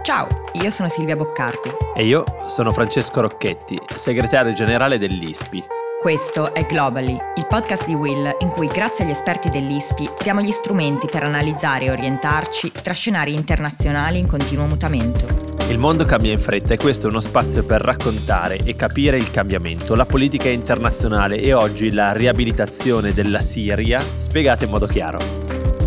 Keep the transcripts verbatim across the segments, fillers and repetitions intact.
Ciao, io sono Silvia Boccardi. E io sono Francesco Rocchetti, segretario generale dell'I S P I. Questo è Globally, il podcast di Will in cui grazie agli esperti dell'I S P I diamo gli strumenti per analizzare e orientarci tra scenari internazionali in continuo mutamento. Il mondo cambia in fretta e questo è uno spazio per raccontare e capire il cambiamento, la politica internazionale e oggi la riabilitazione della Siria spiegata in modo chiaro.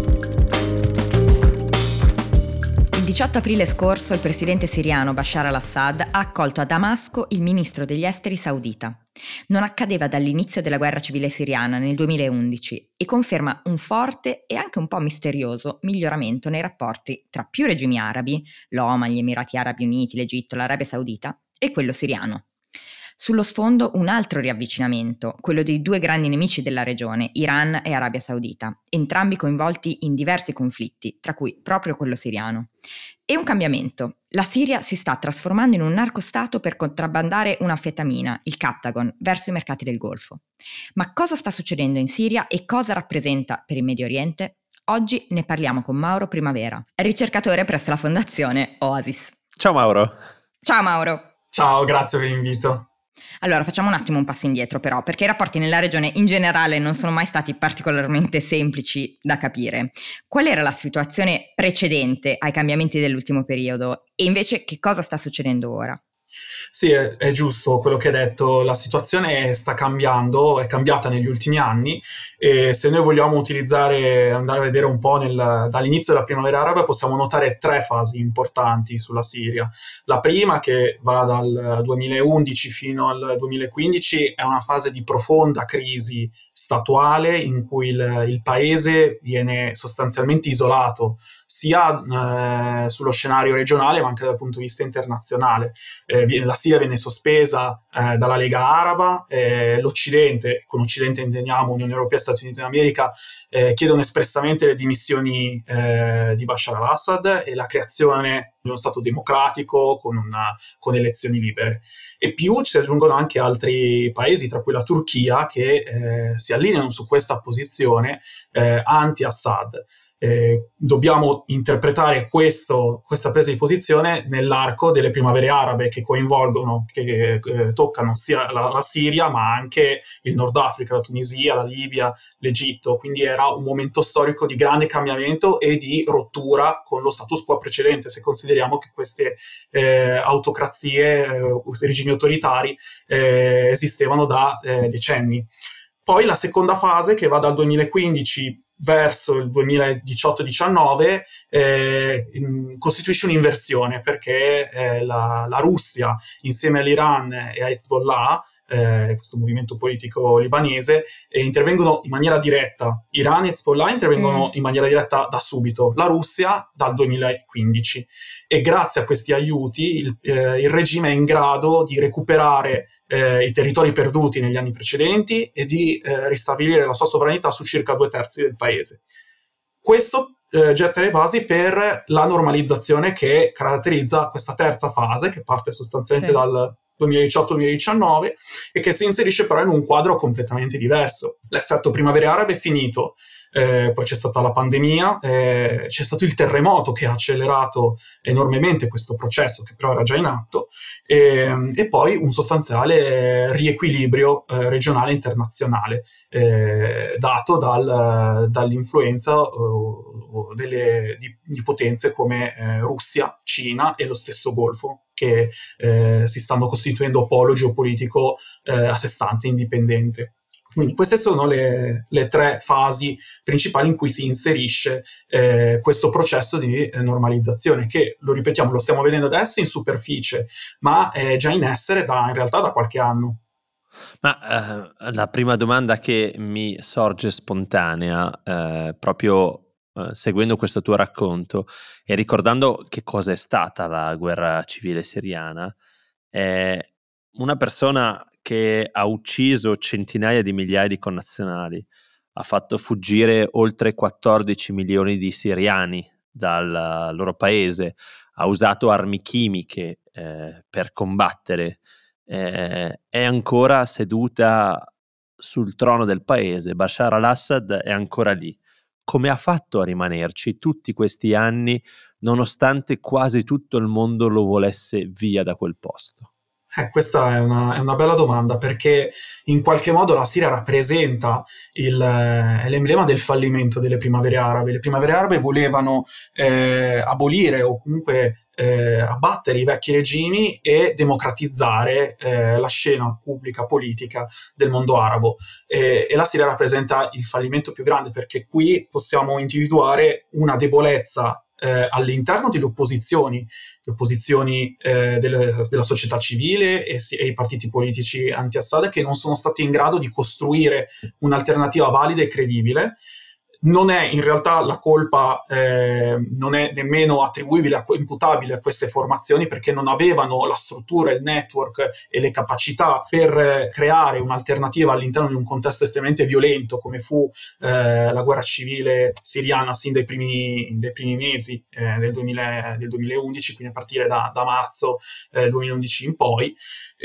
Il diciotto aprile scorso il presidente siriano Bashar al-Assad ha accolto a Damasco il ministro degli esteri saudita. Non accadeva dall'inizio della guerra civile siriana nel duemilaundici e conferma un forte e anche un po' misterioso miglioramento nei rapporti tra più regimi arabi, l'Oman, gli Emirati Arabi Uniti, l'Egitto, l'Arabia Saudita e quello siriano. Sullo sfondo un altro riavvicinamento, quello dei due grandi nemici della regione, Iran e Arabia Saudita, entrambi coinvolti in diversi conflitti, tra cui proprio quello siriano. E un cambiamento. La Siria si sta trasformando in un narcostato per contrabbandare un'anfetamina, il Captagon, verso i mercati del Golfo. Ma cosa sta succedendo in Siria e cosa rappresenta per il Medio Oriente? Oggi ne parliamo con Mauro Primavera, ricercatore presso la fondazione Oasis. Ciao Mauro. Ciao Mauro. Ciao, grazie per l'invito. Allora, facciamo un attimo un passo indietro però, perché i rapporti nella regione in generale non sono mai stati particolarmente semplici da capire. Qual era la situazione precedente ai cambiamenti dell'ultimo periodo e invece che cosa sta succedendo ora? Sì, è, è giusto quello che hai detto, la situazione sta cambiando, è cambiata negli ultimi anni e se noi vogliamo utilizzare, andare a vedere un po' nel, dall'inizio della primavera araba possiamo notare tre fasi importanti sulla Siria. La prima, che va dal duemilaundici fino al duemilaquindici, è una fase di profonda crisi statuale in cui il, il paese viene sostanzialmente isolato sia eh, sullo scenario regionale ma anche dal punto di vista internazionale. Eh, la Siria viene sospesa eh, dalla Lega Araba, eh, l'Occidente, con Occidente intendiamo Unione Europea e Stati Uniti d'America, eh, chiedono espressamente le dimissioni eh, di Bashar al-Assad e la creazione di uno Stato democratico con, una, con elezioni libere. E più ci aggiungono anche altri paesi, tra cui la Turchia, che eh, si allineano su questa posizione eh, anti-Assad. Eh, dobbiamo interpretare questo, questa presa di posizione nell'arco delle primavere arabe che coinvolgono, che eh, toccano sia la, la Siria ma anche il Nord Africa, la Tunisia, la Libia, l'Egitto, quindi era un momento storico di grande cambiamento e di rottura con lo status quo precedente, se consideriamo che queste eh, autocrazie, eh, regimi autoritari eh, esistevano da eh, decenni. Poi la seconda fase, che va dal duemilaquindici verso il duemiladiciotto diciannove, eh, costituisce un'inversione perché eh, la, la Russia insieme all'Iran e a Hezbollah, eh, questo movimento politico libanese, eh, intervengono in maniera diretta. Iran e Hezbollah intervengono mm. in maniera diretta da subito, la Russia dal duemilaquindici, e grazie a questi aiuti il, eh, il regime è in grado di recuperare Eh, i territori perduti negli anni precedenti e di eh, ristabilire la sua sovranità su circa due terzi del paese. Questo eh, getta le basi per la normalizzazione che caratterizza questa terza fase, che parte sostanzialmente sì. dal duemiladiciotto duemiladiciannove e che si inserisce però in un quadro completamente diverso. L'effetto primavere arabe è finito, eh, poi c'è stata la pandemia, eh, c'è stato il terremoto che ha accelerato enormemente questo processo che però era già in atto, e, e poi un sostanziale riequilibrio eh, regionale e internazionale eh, dato dal, dall'influenza uh, delle, di, di potenze come eh, Russia, Cina e lo stesso Golfo, che eh, si stanno costituendo polo geopolitico eh, a sé stante, indipendente. Quindi queste sono le, le tre fasi principali in cui si inserisce eh, questo processo di eh, normalizzazione, che, lo ripetiamo, lo stiamo vedendo adesso in superficie, ma è già in essere da, in realtà da qualche anno. Ma eh, la prima domanda che mi sorge spontanea, eh, proprio eh, seguendo questo tuo racconto e ricordando che cosa è stata la guerra civile siriana, è una persona che ha ucciso centinaia di migliaia di connazionali, ha fatto fuggire oltre quattordici milioni di siriani dal loro paese, ha usato armi chimiche eh, per combattere, eh, è ancora seduta sul trono del paese. Bashar al-Assad è ancora lì. Come ha fatto a rimanerci tutti questi anni nonostante quasi tutto il mondo lo volesse via da quel posto? Eh, questa è una, è una bella domanda, perché in qualche modo la Siria rappresenta il, è l'emblema del fallimento delle primavere arabe. Le primavere arabe volevano eh, abolire o comunque eh, abbattere i vecchi regimi e democratizzare eh, la scena pubblica politica del mondo arabo. E, e la Siria rappresenta il fallimento più grande, perché qui possiamo individuare una debolezza Eh, all'interno delle opposizioni, le opposizioni eh, delle, della società civile e, e i partiti politici anti-Assad, che non sono stati in grado di costruire un'alternativa valida e credibile. Non è in realtà la colpa, eh, non è nemmeno attribuibile, a, imputabile a queste formazioni, perché non avevano la struttura, il network e le capacità per eh, creare un'alternativa all'interno di un contesto estremamente violento come fu eh, la guerra civile siriana sin dai primi, dai primi mesi eh, del, duemila, del duemilaundici, quindi a partire da, da marzo eh, duemilaundici in poi.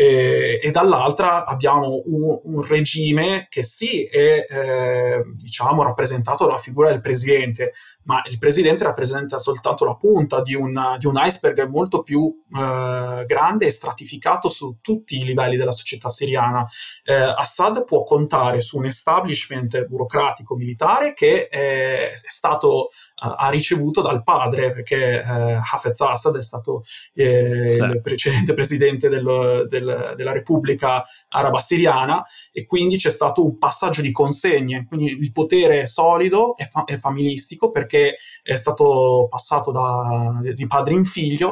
E, e dall'altra abbiamo un, un regime che sì è eh, diciamo rappresentato dalla figura del presidente, ma il presidente rappresenta soltanto la punta di un, di un iceberg molto più eh, grande e stratificato su tutti i livelli della società siriana. Eh, Assad può contare su un establishment burocratico militare che è, è stato ha ricevuto dal padre, perché eh, Hafez Assad è stato eh, sì. il precedente presidente del, del, della Repubblica Araba Siriana, e quindi c'è stato un passaggio di consegne, quindi il potere è solido e, fa- è familistico, perché è stato passato da, di padre in figlio.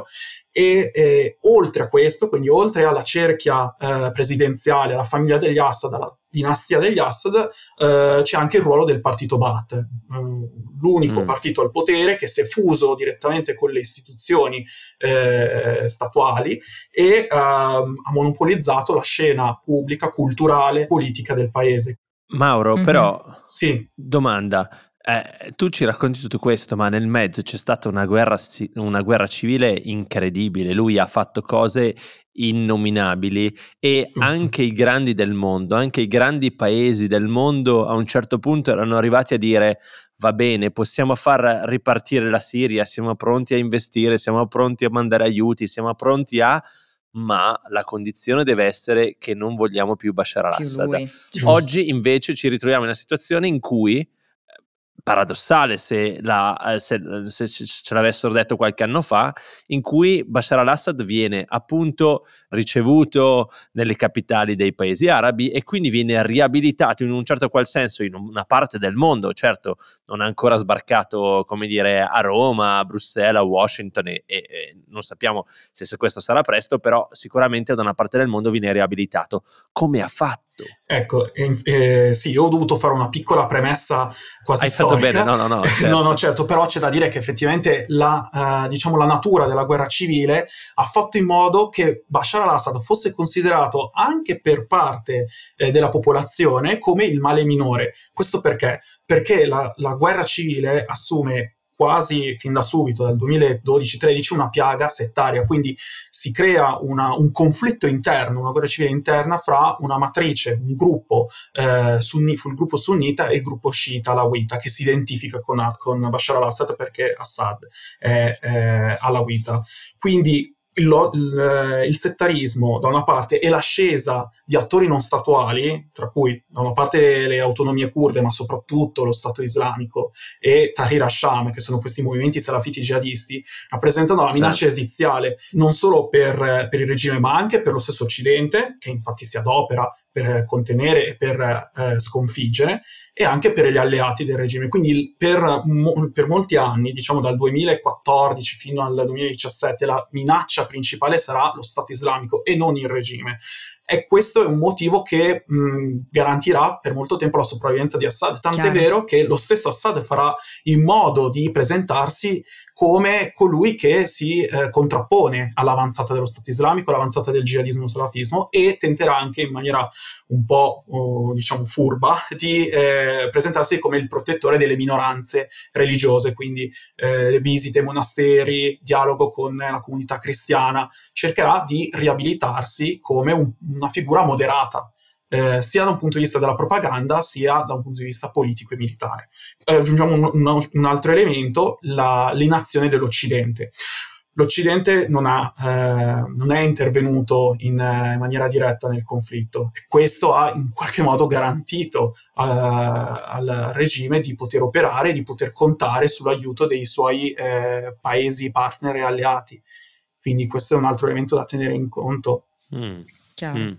E eh, oltre a questo, quindi oltre alla cerchia eh, presidenziale, alla famiglia degli Assad, alla dinastia degli Assad, eh, c'è anche il ruolo del partito Ba'ath, eh, l'unico mm. partito al potere che si è fuso direttamente con le istituzioni eh, statuali e eh, ha monopolizzato la scena pubblica, culturale, politica del paese. Mauro, mm-hmm. però, sì. domanda. Eh, tu ci racconti tutto questo, ma nel mezzo c'è stata una guerra, una guerra civile incredibile. Lui ha fatto cose innominabili e Giusto. Anche i grandi del mondo, anche i grandi paesi del mondo a un certo punto erano arrivati a dire: va bene, possiamo far ripartire la Siria, siamo pronti a investire, siamo pronti a mandare aiuti, siamo pronti a... ma la condizione deve essere che non vogliamo più Bashar al-Assad. Oggi invece ci ritroviamo in una situazione in cui, paradossale se, la, se, se ce l'avessero detto qualche anno fa, in cui Bashar al-Assad viene appunto ricevuto nelle capitali dei paesi arabi e quindi viene riabilitato in un certo qual senso in una parte del mondo. Certo, non ha ancora sbarcato, come dire, a Roma, a Bruxelles, a Washington e, e, e non sappiamo se, se questo sarà presto, però sicuramente da una parte del mondo viene riabilitato. Come ha fatto? Ecco, eh, sì, io ho dovuto fare una piccola premessa quasi Hai storica. Fatto bene, no, no, no, certo. no, no, certo, però c'è da dire che effettivamente la, uh, diciamo, la natura della guerra civile ha fatto in modo che Bashar al-Assad fosse considerato anche per parte eh, della popolazione come il male minore. Questo perché? Perché la, la guerra civile assume quasi fin da subito, dal duemiladodici tredici, una piaga settaria, quindi si crea una, un conflitto interno, una guerra civile interna fra una matrice, un gruppo eh, sunni, fu il gruppo sunnita e il gruppo sciita alawita, che si identifica con, con Bashar al-Assad perché Assad è, è alawita. Quindi Il, il, il settarismo da una parte e l'ascesa di attori non statuali, tra cui da una parte le autonomie curde, ma soprattutto lo Stato islamico e Tahrir al-Sham, che sono questi movimenti salafiti jihadisti, rappresentano la minaccia sì. esiziale non solo per, per il regime, ma anche per lo stesso Occidente, che infatti si adopera per contenere e per eh, sconfiggere, e anche per gli alleati del regime. Quindi per, mo- per molti anni, diciamo dal duemilaquattordici fino al duemiladiciassette, la minaccia principale sarà lo Stato islamico e non il regime. E questo è un motivo che mh, garantirà per molto tempo la sopravvivenza di Assad. Tant'è Chiaro. vero che lo stesso Assad farà in modo di presentarsi come colui che si eh, contrappone all'avanzata dello Stato islamico, all'avanzata del jihadismo salafismo, e tenterà anche in maniera un po' oh, diciamo furba di eh, presentarsi come il protettore delle minoranze religiose, quindi eh, visite ai monasteri, dialogo con la comunità cristiana. Cercherà di riabilitarsi come un, una figura moderata eh, sia da un punto di vista della propaganda, sia da un punto di vista politico e militare. Eh, aggiungiamo un, un, un altro elemento, la, l'inazione dell'Occidente. L'Occidente non, ha, eh, non è intervenuto in, eh, in maniera diretta nel conflitto, e questo ha in qualche modo garantito eh, al regime di poter operare, di poter contare sull'aiuto dei suoi eh, paesi partner e alleati. Quindi questo è un altro elemento da tenere in conto. Mm. Chiaro. Mm.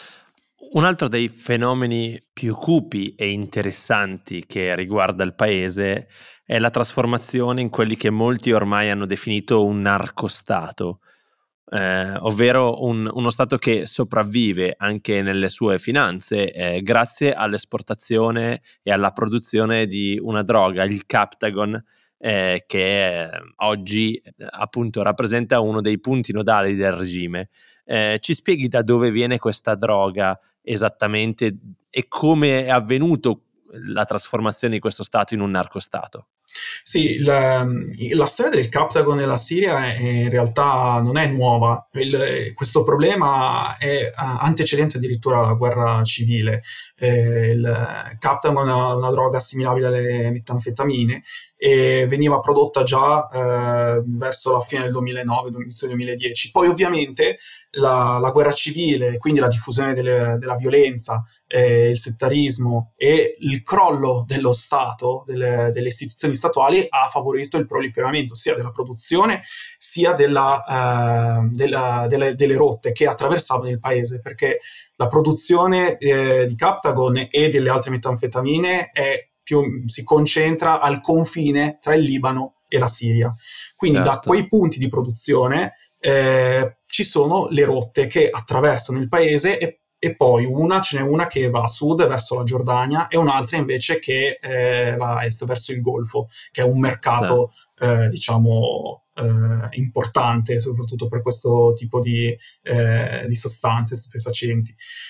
Un altro dei fenomeni più cupi e interessanti che riguarda il paese è la trasformazione in quelli che molti ormai hanno definito un narcostato, eh, ovvero un, uno stato che sopravvive anche nelle sue finanze eh, grazie all'esportazione e alla produzione di una droga, il Captagon, eh, che eh, oggi eh, appunto rappresenta uno dei punti nodali del regime. Eh, ci spieghi da dove viene questa droga esattamente e come è avvenuto la trasformazione di questo stato in un narcostato? Sì, la, la storia del Captagon nella Siria è, in realtà non è nuova. Il, questo problema è antecedente addirittura alla guerra civile. Eh, il Captagon è una droga assimilabile alle metanfetamine e veniva prodotta già eh, verso la fine del duemilanove, inizio del duemiladieci. Poi ovviamente la, la guerra civile, quindi la diffusione delle, della violenza, eh, il settarismo e il crollo dello Stato, delle, delle istituzioni statuali, ha favorito il proliferamento sia della produzione sia della, eh, della, delle, delle rotte che attraversavano il paese, perché la produzione eh, di Captagon e delle altre metanfetamine è più, si concentra al confine tra il Libano e la Siria. Quindi certo. Da quei punti di produzione eh, ci sono le rotte che attraversano il paese e, e poi una, ce n'è una che va a sud verso la Giordania e un'altra invece che eh, va a est verso il Golfo, che è un mercato sì. eh, diciamo eh, importante soprattutto per questo tipo di, eh, di sostanze stupefacenti.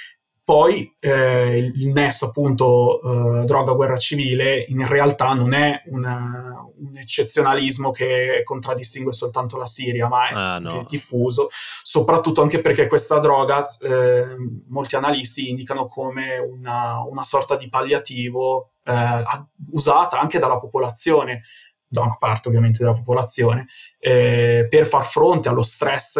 Poi eh, il nesso appunto eh, droga-guerra civile in realtà non è una, un eccezionalismo che contraddistingue soltanto la Siria, ma è ah, no. diffuso, soprattutto anche perché questa droga eh, molti analisti indicano come una, una sorta di palliativo eh, usata anche dalla popolazione, da una parte ovviamente della popolazione, eh, per far fronte allo stress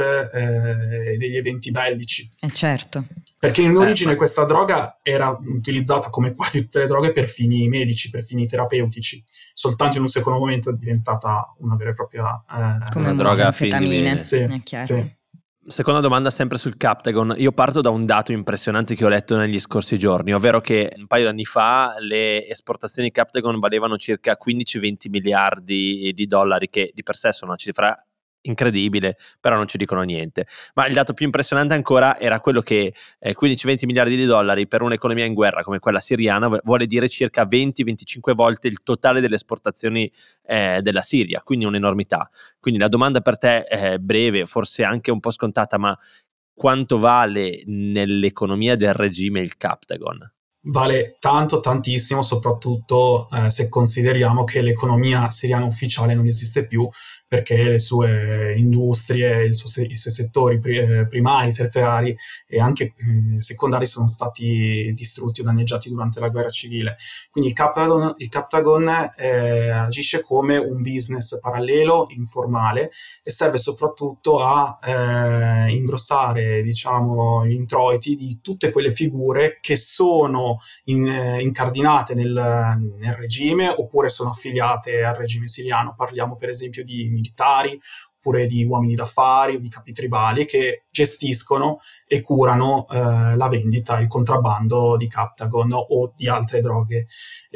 eh, degli eventi bellici. Eh certo. Perché in origine eh, ma... questa droga era utilizzata come quasi tutte le droghe per fini medici, per fini terapeutici. Soltanto in un secondo momento è diventata una vera e propria eh, come una droga a fin di bene. Sì, è chiaro. Sì. Seconda domanda sempre sul Captagon. Io parto da un dato impressionante che ho letto negli scorsi giorni, ovvero che un paio di anni fa le esportazioni Captagon valevano circa quindici venti miliardi di dollari, che di per sé sono una cifra incredibile, però non ci dicono niente. Ma il dato più impressionante ancora era quello che eh, quindici venti miliardi di dollari per un'economia in guerra come quella siriana vuole dire circa venti venticinque volte il totale delle esportazioni eh, della Siria, quindi un'enormità. Quindi la domanda per te è breve, forse anche un po' scontata, ma quanto vale nell'economia del regime il Captagon? Vale tanto, tantissimo, soprattutto eh, se consideriamo che l'economia siriana ufficiale non esiste più, perché le sue industrie, il suo, i suoi settori primari, terziari e anche eh, secondari sono stati distrutti o danneggiati durante la guerra civile. Quindi il Captagon, il Captagon eh, agisce come un business parallelo, informale, e serve soprattutto a eh, ingrossare, diciamo, gli introiti di tutte quelle figure che sono in, eh, incardinate nel, nel regime oppure sono affiliate al regime siriano. Parliamo per esempio di militari, oppure di uomini d'affari o di capi tribali che gestiscono e curano eh, la vendita, il contrabbando di Captagon o di altre droghe.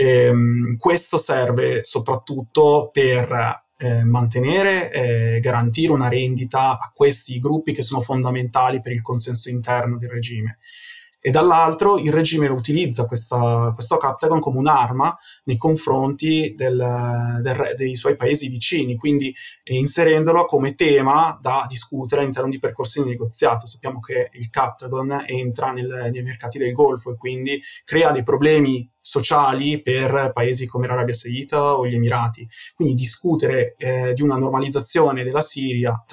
Ehm, questo serve soprattutto per eh, mantenere e eh, garantire una rendita a questi gruppi che sono fondamentali per il consenso interno del regime. E dall'altro il regime utilizza questa, questo Captagon come un'arma nei confronti del, del, dei suoi paesi vicini, quindi inserendolo come tema da discutere all'interno di percorsi di negoziato. Sappiamo che il Captagon entra nel, nei mercati del Golfo e quindi crea dei problemi sociali per paesi come l'Arabia Saudita o gli Emirati. Quindi discutere eh, di una normalizzazione della Siria tra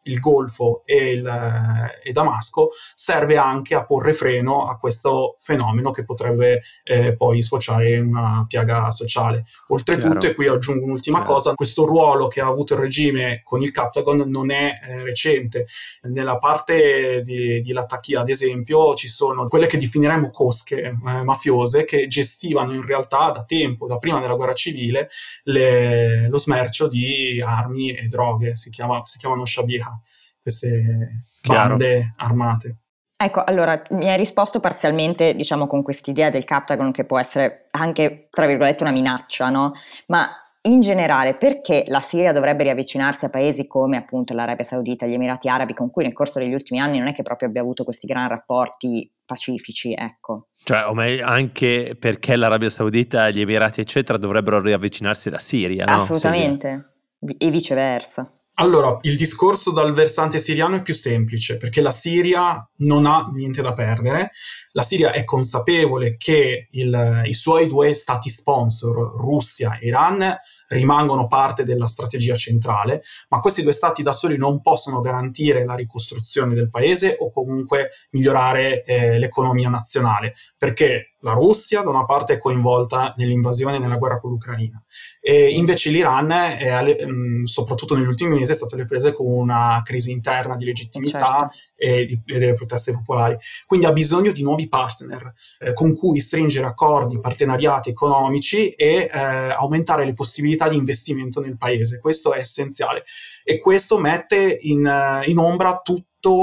il Golfo e, il, e Damasco serve anche a porre freno a questo fenomeno che potrebbe eh, poi sfociare in una piaga sociale. Oltretutto, Chiaro. e qui aggiungo un'ultima Chiaro. cosa, questo ruolo che ha avuto il regime con il Captagon non è eh, recente. Nella parte di, di Latakia, ad esempio, ci sono quelle che definiremmo cosche eh, mafiose che gestivano in realtà da tempo, da prima della guerra civile, le, lo smercio di armi e droghe. Si, chiama, si chiamano shabiha, queste Chiaro. bande armate. Ecco, allora mi hai risposto parzialmente, diciamo, con quest'idea del Captagon che può essere anche, tra virgolette, una minaccia, no? Ma in generale, perché la Siria dovrebbe riavvicinarsi a paesi come appunto l'Arabia Saudita, gli Emirati Arabi, con cui nel corso degli ultimi anni non è che proprio abbia avuto questi gran rapporti pacifici, ecco? Cioè, o meglio, anche perché l'Arabia Saudita, gli Emirati, eccetera, dovrebbero riavvicinarsi alla Siria, no? Assolutamente, e viceversa. Allora, il discorso dal versante siriano è più semplice, perché la Siria non ha niente da perdere. La Siria è consapevole che il, i suoi due stati sponsor, Russia e Iran, rimangono parte della strategia centrale, ma questi due stati da soli non possono garantire la ricostruzione del paese o comunque migliorare eh, l'economia nazionale, perché la Russia da una parte è coinvolta nell'invasione e nella guerra con l'Ucraina, e invece l'Iran, è alle, mh, soprattutto negli ultimi mesi, è stato alle prese con una crisi interna di legittimità, certo, e, di, e delle proteste popolari. Quindi ha bisogno di nuovi partner eh, con cui stringere accordi, partenariati economici e eh, aumentare le possibilità di investimento nel paese. Questo è essenziale e questo mette in, in ombra tutto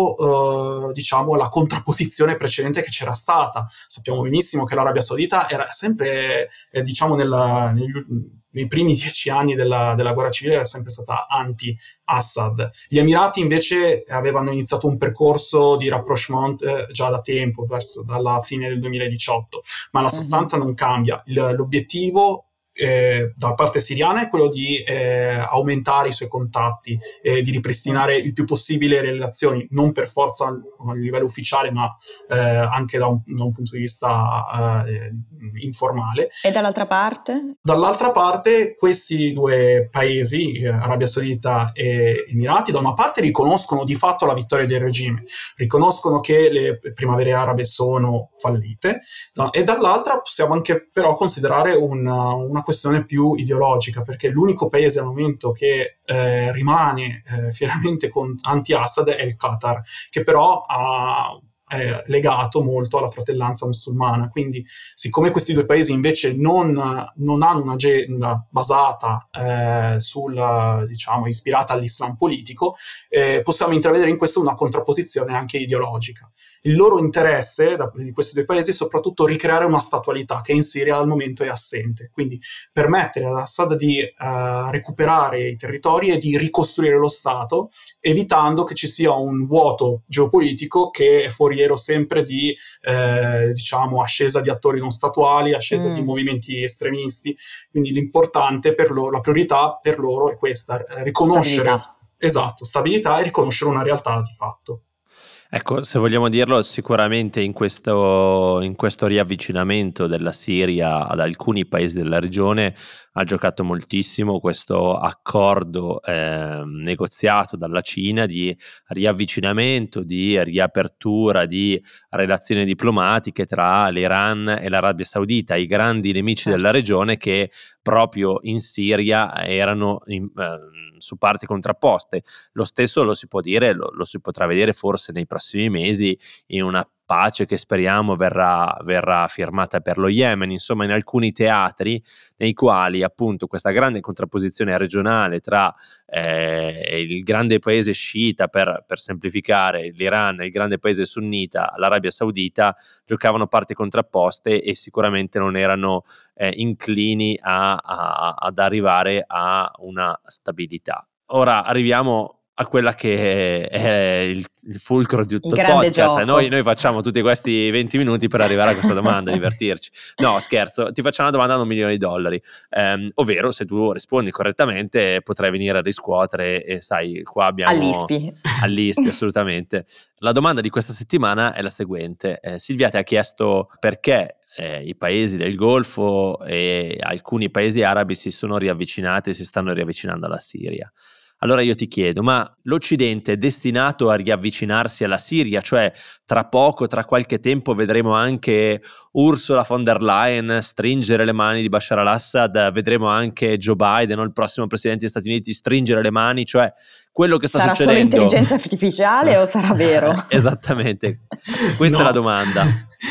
Uh, diciamo la contrapposizione precedente che c'era stata. Sappiamo benissimo che l'Arabia Saudita era sempre eh, diciamo nella, negli, nei primi dieci anni della, della guerra civile era sempre stata anti-Assad. Gli Emirati invece avevano iniziato un percorso di rapprochement eh, già da tempo, verso dalla fine del duemiladiciotto, ma la sostanza mm-hmm. non cambia. L- l'obiettivo Eh, da parte siriana è quello di eh, aumentare i suoi contatti, eh, di ripristinare il più possibile le relazioni, non per forza a livello ufficiale, ma eh, anche da un, da un punto di vista eh, informale. E dall'altra parte? Dall'altra parte questi due paesi, eh, Arabia Saudita e Emirati, da una parte riconoscono di fatto la vittoria del regime, riconoscono che le primavere arabe sono fallite, no? E dall'altra possiamo anche però considerare una, una questione più ideologica, perché l'unico paese al momento che eh, rimane eh, fieramente con, anti-Assad è il Qatar, che però ha è legato molto alla fratellanza musulmana. Quindi siccome questi due paesi invece non, non hanno un'agenda basata eh, sul, diciamo, ispirata all'Islam politico, eh, possiamo intravedere in questo una contrapposizione anche ideologica. Il loro interesse da, di questi due paesi è soprattutto ricreare una statualità che in Siria al momento è assente, quindi permettere ad Assad di uh, recuperare i territori e di ricostruire lo Stato, evitando che ci sia un vuoto geopolitico che è foriero sempre di eh, diciamo ascesa di attori non statuali, ascesa mm. di movimenti estremisti. Quindi l'importante per loro, la priorità per loro è questa, riconoscere stabilità. Esatto, stabilità e riconoscere una realtà di fatto. Ecco, se vogliamo dirlo, sicuramente in questo, in questo riavvicinamento della Siria ad alcuni paesi della regione ha giocato moltissimo questo accordo eh, negoziato dalla Cina di riavvicinamento, di riapertura, di relazioni diplomatiche tra l'Iran e l'Arabia Saudita, i grandi nemici certo. della regione che proprio in Siria erano in, eh, su parti contrapposte. Lo stesso lo si può dire, lo, lo si potrà vedere forse nei prossimi mesi in una pace che speriamo verrà, verrà firmata per lo Yemen, insomma in alcuni teatri nei quali appunto questa grande contrapposizione regionale tra eh, il grande paese sciita, per, per semplificare, l'Iran e il grande paese sunnita, l'Arabia Saudita, giocavano parti contrapposte e sicuramente non erano eh, inclini a, a, ad arrivare a una stabilità. Ora arriviamo a quella che è il, il fulcro di tutto il, il podcast. Noi, noi facciamo tutti questi venti minuti per arrivare a questa domanda, divertirci. No, scherzo, ti facciamo una domanda da un milione di dollari, ehm, ovvero se tu rispondi correttamente potrai venire a riscuotere e sai, qua abbiamo... All'I S P I. All'I S P I, assolutamente. La domanda di questa settimana è la seguente. Eh, Silvia ti ha chiesto perché Eh, i paesi del Golfo e alcuni paesi arabi si sono riavvicinati e si stanno riavvicinando alla Siria. Allora io ti chiedo, ma l'Occidente è destinato a riavvicinarsi alla Siria? Cioè tra poco, tra qualche tempo vedremo anche Ursula von der Leyen stringere le mani di Bashar al-Assad, vedremo anche Joe Biden, il prossimo presidente degli Stati Uniti, stringere le mani, cioè quello che sta sarà succedendo... Sarà solo intelligenza artificiale o sarà vero? Esattamente, questa no. è la domanda.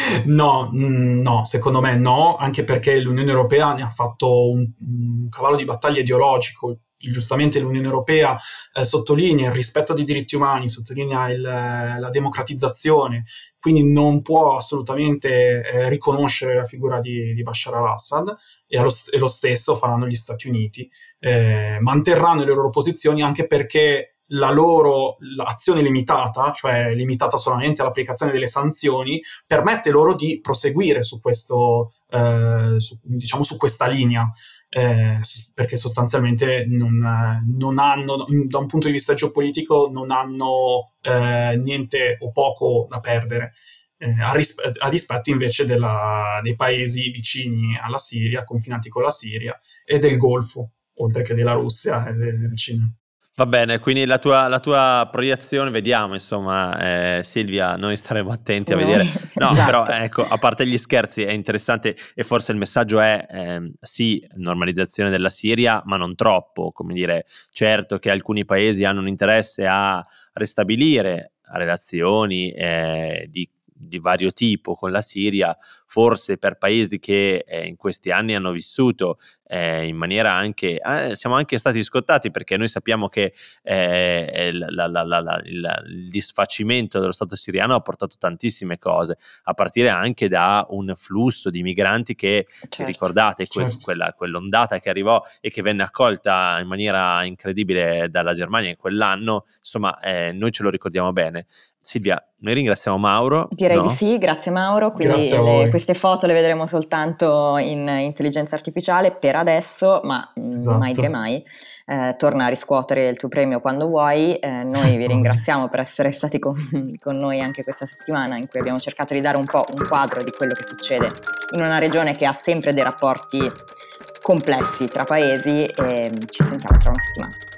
No, no, secondo me no, anche perché l'Unione Europea ne ha fatto un, un cavallo di battaglia ideologico. Giustamente l'Unione Europea eh, sottolinea il rispetto dei diritti umani, sottolinea il, la democratizzazione, quindi non può assolutamente eh, riconoscere la figura di, di Bashar al-Assad, e, allo, e lo stesso faranno gli Stati Uniti. Eh, manterranno le loro posizioni anche perché la loro azione limitata, cioè limitata solamente all'applicazione delle sanzioni, permette loro di proseguire su questo, eh, su, diciamo su questa linea. Eh, perché sostanzialmente non, non hanno, da un punto di vista geopolitico, non hanno eh, niente o poco da perdere, eh, a, rispe- a dispetto invece della, dei paesi vicini alla Siria, confinanti con la Siria, e del Golfo, oltre che della Russia e del Cina. Va bene, quindi la tua, la tua proiezione, vediamo, insomma, eh, Silvia, noi staremo attenti a Noi, vedere. No, esatto. però ecco, a parte gli scherzi, è interessante, e forse il messaggio è eh, sì, normalizzazione della Siria, ma non troppo, come dire, certo che alcuni paesi hanno un interesse a ristabilire relazioni eh, di di vario tipo con la Siria, forse per paesi che eh, in questi anni hanno vissuto eh, in maniera anche, eh, siamo anche stati scottati, perché noi sappiamo che eh, la, la, la, la, il, il disfacimento dello Stato siriano ha portato tantissime cose, a partire anche da un flusso di migranti che, certo, che ricordate, que, certo. quella, quell'ondata che arrivò e che venne accolta in maniera incredibile dalla Germania in quell'anno, insomma eh, noi ce lo ricordiamo bene. Silvia, noi ringraziamo Mauro. Direi no? di sì, grazie Mauro, quindi Grazie a le, voi. queste foto le vedremo soltanto in intelligenza artificiale per adesso, ma Esatto. mai dire mai, eh, torna a riscuotere il tuo premio quando vuoi. Eh, noi vi ringraziamo per essere stati con, con noi anche questa settimana, in cui abbiamo cercato di dare un po' un quadro di quello che succede in una regione che ha sempre dei rapporti complessi tra paesi, e ci sentiamo tra una settimana.